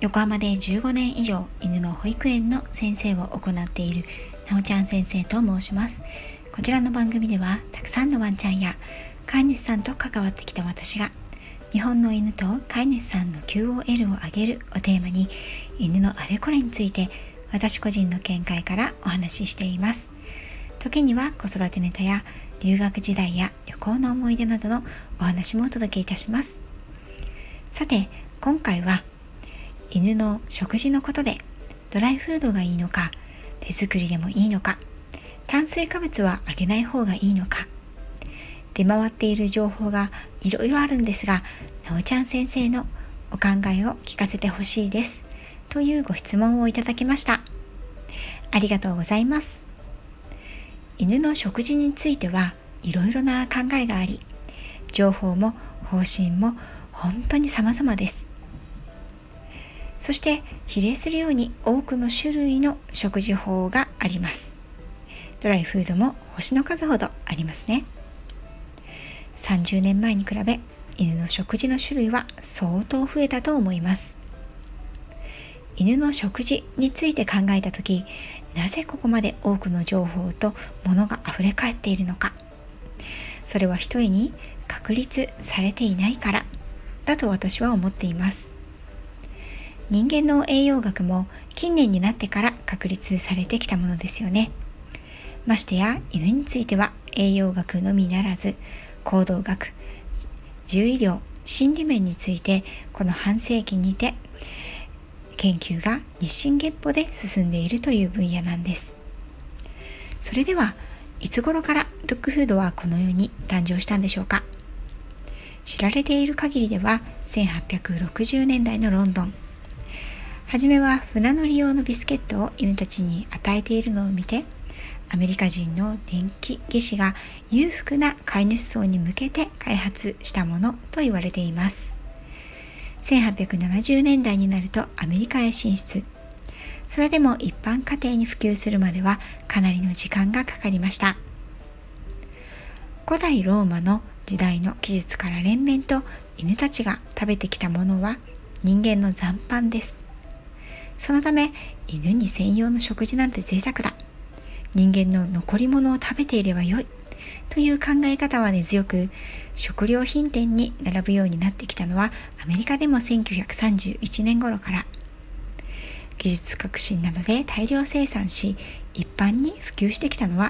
横浜で15年以上犬の保育園の先生を行っているなおちゃん先生と申します。こちらの番組ではたくさんのワンちゃんや飼い主さんと関わってきた私が日本の犬と飼い主さんの QOL を上げるをテーマに犬のあれこれについて私個人の見解からお話ししています。時には子育てネタや留学時代や旅行の思い出などのお話もお届けいたします。さて今回は犬の食事のことでドライフードがいいのか、手作りでもいいのか、炭水化物はあげない方がいいのか、出回っている情報がいろいろあるんですが、なおちゃん先生のお考えを聞かせてほしいですというご質問をいただきました。ありがとうございます。犬の食事についてはいろいろな考えがあり、情報も方針も本当に様々です。そして比例するように多くの種類の食事法があります。ドライフードも星の数ほどありますね。30年前に比べ犬の食事の種類は相当増えたと思います。犬の食事について考えたとき、なぜここまで多くの情報とものがあふれかえっているのか。それはひとえに確立されていないからだと私は思っています。人間の栄養学も近年になってから確立されてきたものですよね。ましてや犬については栄養学のみならず行動学、獣医療、心理面についてこの半世紀にて研究が日進月歩で進んでいるという分野なんです。それではいつ頃からドッグフードはこの世に誕生したんでしょうか。知られている限りでは1860年代のロンドン。はじめは船乗り用のビスケットを犬たちに与えているのを見て、アメリカ人の電気技師が裕福な飼い主層に向けて開発したものと言われています。1870年代になるとアメリカへ進出。それでも一般家庭に普及するまではかなりの時間がかかりました。古代ローマの時代の記述から連綿と犬たちが食べてきたものは人間の残飯です。そのため犬に専用の食事なんて贅沢だ、人間の残り物を食べていればよいという考え方は根強く、食料品店に並ぶようになってきたのはアメリカでも1931年頃から。技術革新などで大量生産し一般に普及してきたのは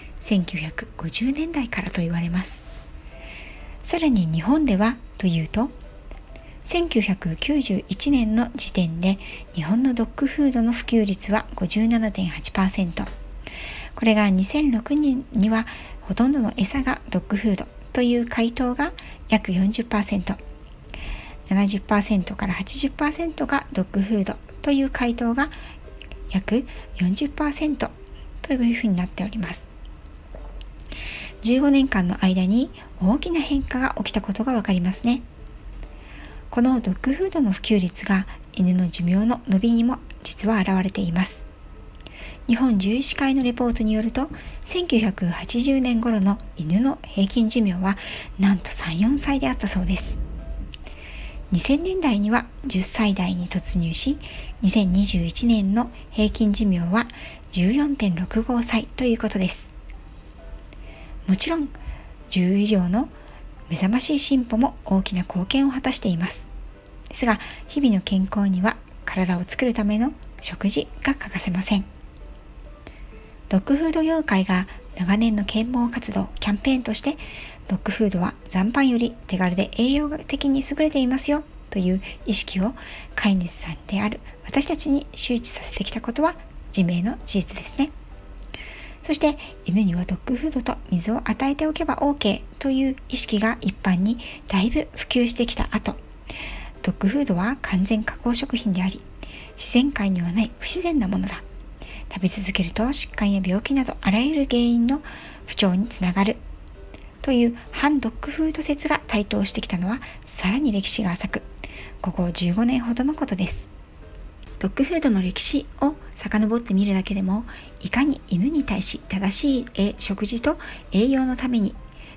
1950年代からと言われます。さらに日本ではというと1991年の時点で日本のドッグフードの普及率は 57.8%。これが2006年にはほとんどの餌がドッグフードという回答が約 40%、70% から 80% がドッグフードという回答が約 40% というふうになっております。15年間の間に大きな変化が起きたことがわかりますね。このドッグフードの普及率が犬の寿命の伸びにも実は現れています。日本獣医師会のレポートによると、1980年頃の犬の平均寿命はなんと 3,4 歳であったそうです。2000年代には10歳代に突入し、2021年の平均寿命は 14.65 歳ということです。もちろん獣医療の目覚ましい進歩も大きな貢献を果たしています。ですが日々の健康には体を作るための食事が欠かせません。ドッグフード業界が長年の啓蒙活動キャンペーンとして、ドッグフードは残飯より手軽で栄養的に優れていますよという意識を飼い主さんである私たちに周知させてきたことは自明の事実ですね。そして犬にはドッグフードと水を与えておけば OK という意識が一般にだいぶ普及してきた後、ドッグフードは完全加工食品であり、自然界にはない不自然なものだ。食べ続けると疾患や病気などあらゆる原因の不調につながるという反ドッグフード説が台頭してきたのはさらに歴史が浅く、ここ15年ほどのことです。ドッグフードの歴史を遡ってみるだけでも、いかに犬に対し正しい食事と栄養のために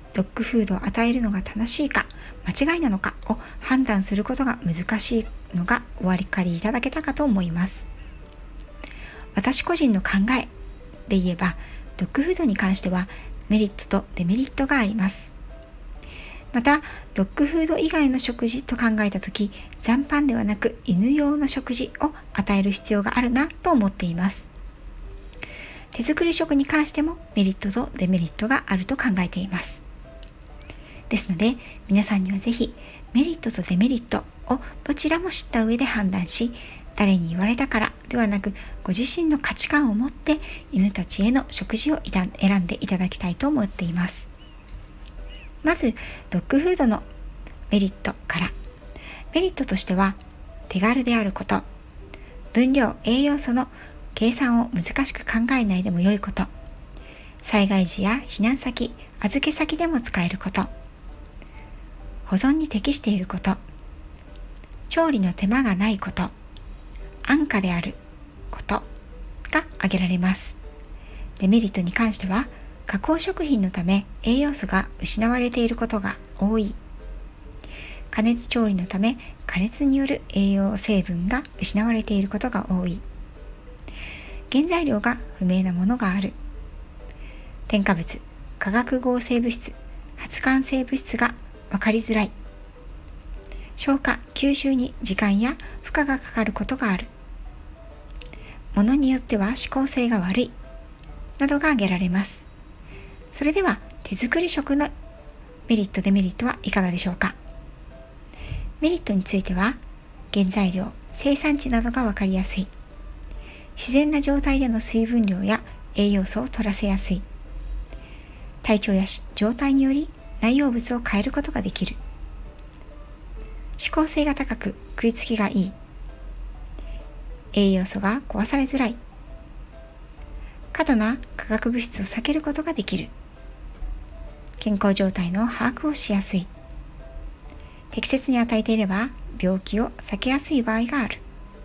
ドッグフードを与えるのが正しいか間違いなのかを判断することが難しいのがお分かりいただけたかと思います。私個人の考えで言えば、ドッグフードに関してはメリットとデメリットがあります。またドッグフード以外の食事と考えたとき、残飯ではなく犬用の食事を与える必要があるなと思っています。手作り食に関してもメリットとデメリットがあると考えています。ですので皆さんにはぜひメリットとデメリットをどちらも知った上で判断し、誰に言われたからではなくご自身の価値観を持って犬たちへの食事を選んでいただきたいと思っています。まずドッグフードのメリットから。メリットとしては手軽であること、分量栄養素の計算を難しく考えないでも良いこと、災害時や避難先、預け先でも使えること、保存に適していること、調理の手間がないこと、安価であることが挙げられます。デメリットに関しては加工食品のため栄養素が失われていることが多い、加熱調理のため加熱による栄養成分が失われていることが多い、原材料が不明なものがある、添加物、化学合成物質、発がん性物質が分かりづらい、消化・吸収に時間や負荷がかかることがある、ものによっては指向性が悪いなどが挙げられます。それでは手作り食のメリットデメリットはいかがでしょうか。メリットについては原材料、生産地などが分かりやすい、自然な状態での水分量や栄養素を取らせやすい、体調や状態により内容物を変えることができる、指向性が高く食いつきがいい、栄養素が壊されづらい、過度な化学物質を避けることができる、健康状態の把握をしやすい、適切に与えていれば病気を避けやすい場合がある。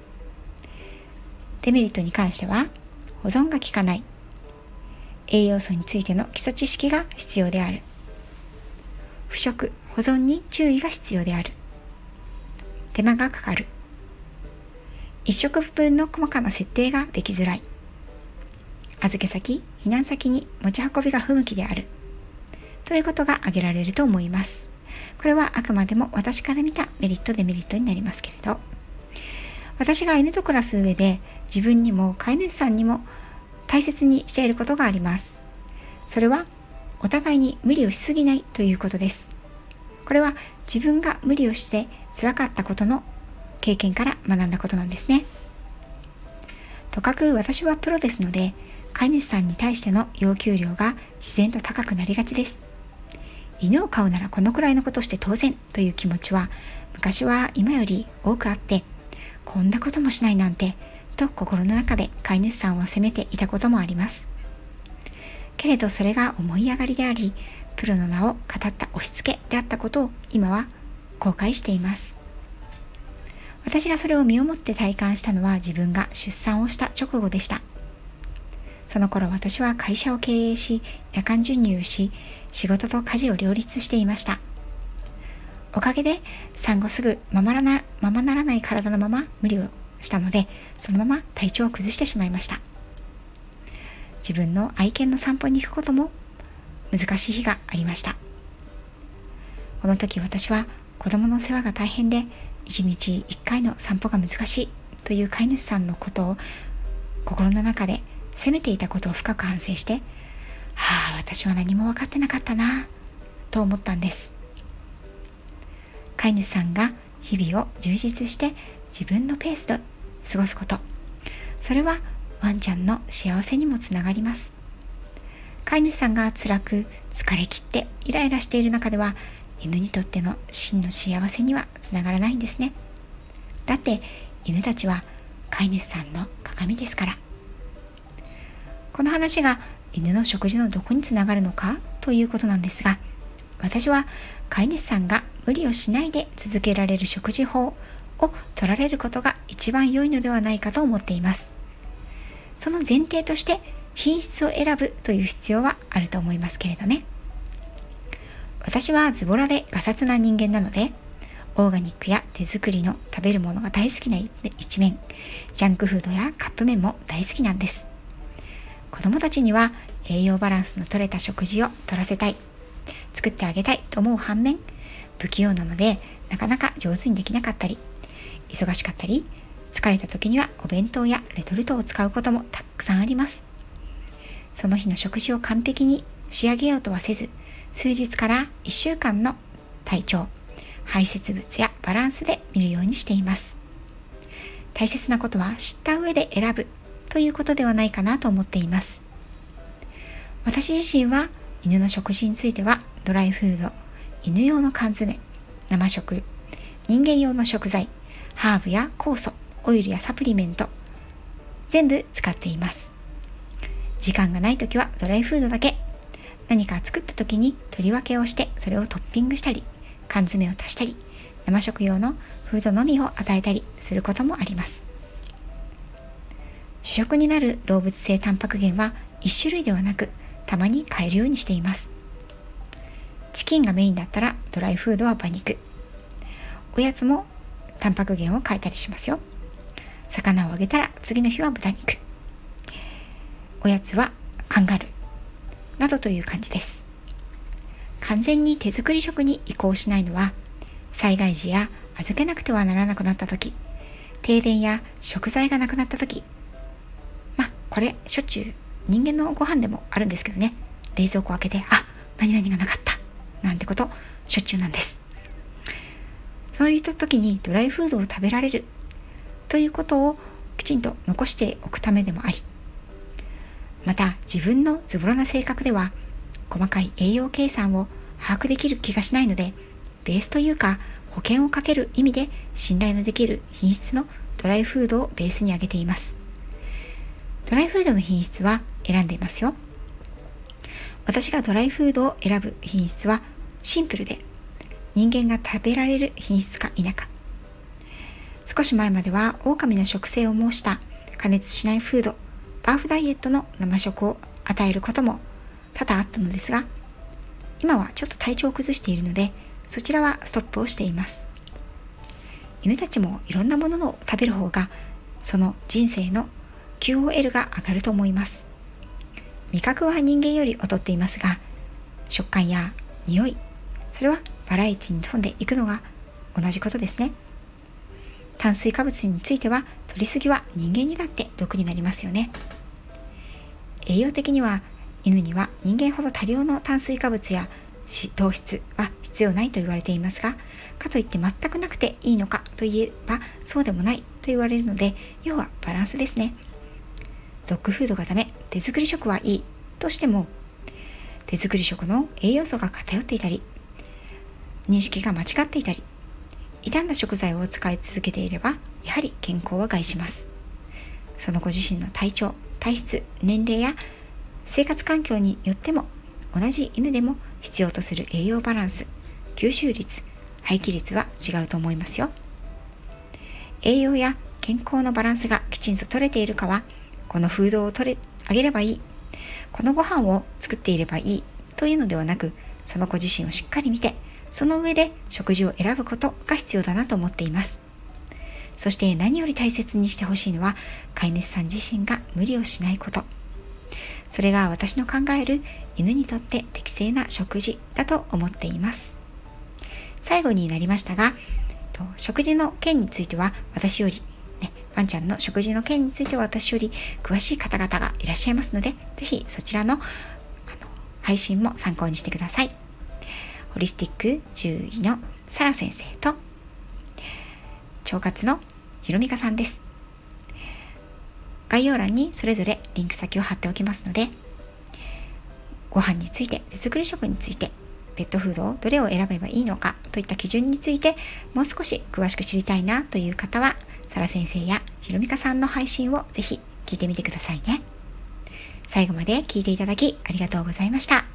デメリットに関しては保存が効かない、栄養素についての基礎知識が必要である、腐食・保存に注意が必要である、手間がかかる、一食分の細かな設定ができづらい、預け先・避難先に持ち運びが不向きであるということが挙げられると思います。これはあくまでも私から見たメリットデメリットになりますけれど、私が犬と暮らす上で自分にも飼い主さんにも大切にしていることがあります。それはお互いに無理をしすぎないということです。これは自分が無理をして辛かったことの経験から学んだことなんですね。とかく私はプロですので、飼い主さんに対しての要求量が自然と高くなりがちです。犬を飼うならこのくらいのことして当然という気持ちは昔は今より多くあって、こんなこともしないなんてと心の中で飼い主さんを責めていたこともあります。けれどそれが思い上がりであり、プロの名を語った押し付けであったことを今は後悔しています。私がそれを身をもって体感したのは自分が出産をした直後でした。その頃私は会社を経営し、夜間授乳し、仕事と家事を両立していました。おかげで産後すぐままならない体のまま無理をしたので、そのまま体調を崩してしまいました。自分の愛犬の散歩に行くことも難しい日がありました。この時私は子供の世話が大変で1日1回の散歩が難しいという飼い主さんのことを心の中で責めていたことを深く反省して、私は何も分かってなかったなと思ったんです。飼い主さんが日々を充実して自分のペースで過ごすこと、それはワンちゃんの幸せにもつながります。飼い主さんが辛く疲れ切ってイライラしている中では、犬にとっての真の幸せにはつながらないんですね。だって犬たちは飼い主さんの鏡ですから。この話が犬の食事のどこにつながるのかということなんですが、私は飼い主さんが無理をしないで続けられる食事法を取られることが一番良いのではないかと思っています。その前提として品質を選ぶという必要はあると思いますけれどね。 私はズボラでガサツな人間なので、オーガニックや手作りの食べるものが大好きな一面、ジャンクフードやカップ麺も大好きなんです。子供たちには栄養バランスの取れた食事を取らせたい、作ってあげたいと思う反面、不器用なのでなかなか上手にできなかったり、忙しかったり、疲れた時にはお弁当やレトルトを使うこともたくさんあります。その日の食事を完璧に仕上げようとはせず、数日から1週間の体調、排泄物やバランスで見るようにしています。大切なことは知った上で選ぶということではないかなと思っています。私自身は犬の食事についてはドライフード、犬用の缶詰、生食、人間用の食材、ハーブや酵素、オイルやサプリメント、全部使っています。時間がないときはドライフードだけ、何か作ったときに取り分けをしてそれをトッピングしたり、缶詰を足したり、生食用のフードのみを与えたりすることもあります。主食になる動物性タンパク源は1種類ではなく、たまに変えるようにしています。チキンがメインだったらドライフードは馬肉、おやつもタンパク源を変えたりしますよ。魚をあげたら次の日は豚肉、おやつはカンガルーなどという感じです。完全に手作り食に移行しないのは、災害時や預けなくてはならなくなった時、停電や食材がなくなった時、これしょっちゅう人間のご飯でもあるんですけどね、冷蔵庫を開けて何々がなかったなんてことしょっちゅうなんです。そういった時にドライフードを食べられるということをきちんと残しておくためでもあり、また自分のズボラな性格では細かい栄養計算を把握できる気がしないので、ベースというか保険をかける意味で信頼のできる品質のドライフードをベースに挙げています。ドライフードの品質は選んでいますよ。私がドライフードを選ぶ品質はシンプルで、人間が食べられる品質か否か。少し前までは狼の食性を模した加熱しないフード、バーフダイエットの生食を与えることも多々あったのですが、今はちょっと体調を崩しているので、そちらはストップをしています。犬たちもいろんなものを食べる方が、その人生の QOL が上がると思います。味覚は人間より劣っていますが、食感や匂い、それはバラエティに富んでいくのが同じことですね。炭水化物については摂りすぎは人間にだって毒になりますよね。栄養的には犬には人間ほど多量の炭水化物や糖質は必要ないと言われていますが、かといって全くなくていいのかといえばそうでもないと言われるので、要はバランスですね。ドッグフードがダメ、手作り食はいいとしても、手作り食の栄養素が偏っていたり、認識が間違っていたり、傷んだ食材を使い続けていれば、やはり健康は害します。そのご自身の体調、体質、年齢や生活環境によっても、同じ犬でも必要とする栄養バランス、吸収率、廃棄率は違うと思いますよ。栄養や健康のバランスがきちんと取れているかは、このフードをあげればいい、このご飯を作っていればいいというのではなく、その子自身をしっかり見て、その上で食事を選ぶことが必要だなと思っています。そして何より大切にしてほしいのは、飼い主さん自身が無理をしないこと。それが私の考える犬にとって適正な食事だと思っています。最後になりましたが、食事の件については私よりワンちゃんの食事の件については私より詳しい方々がいらっしゃいますので、ぜひそちらの配信も参考にしてください。ホリスティック獣医のサラ先生と腸活のひろみかさんです。概要欄にそれぞれリンク先を貼っておきますので、ご飯について、手作り食について、ペットフードをどれを選べばいいのかといった基準についてもう少し詳しく知りたいなという方は、サラ先生やひろみかさんの配信をぜひ聞いてみてくださいね。最後まで聞いていただきありがとうございました。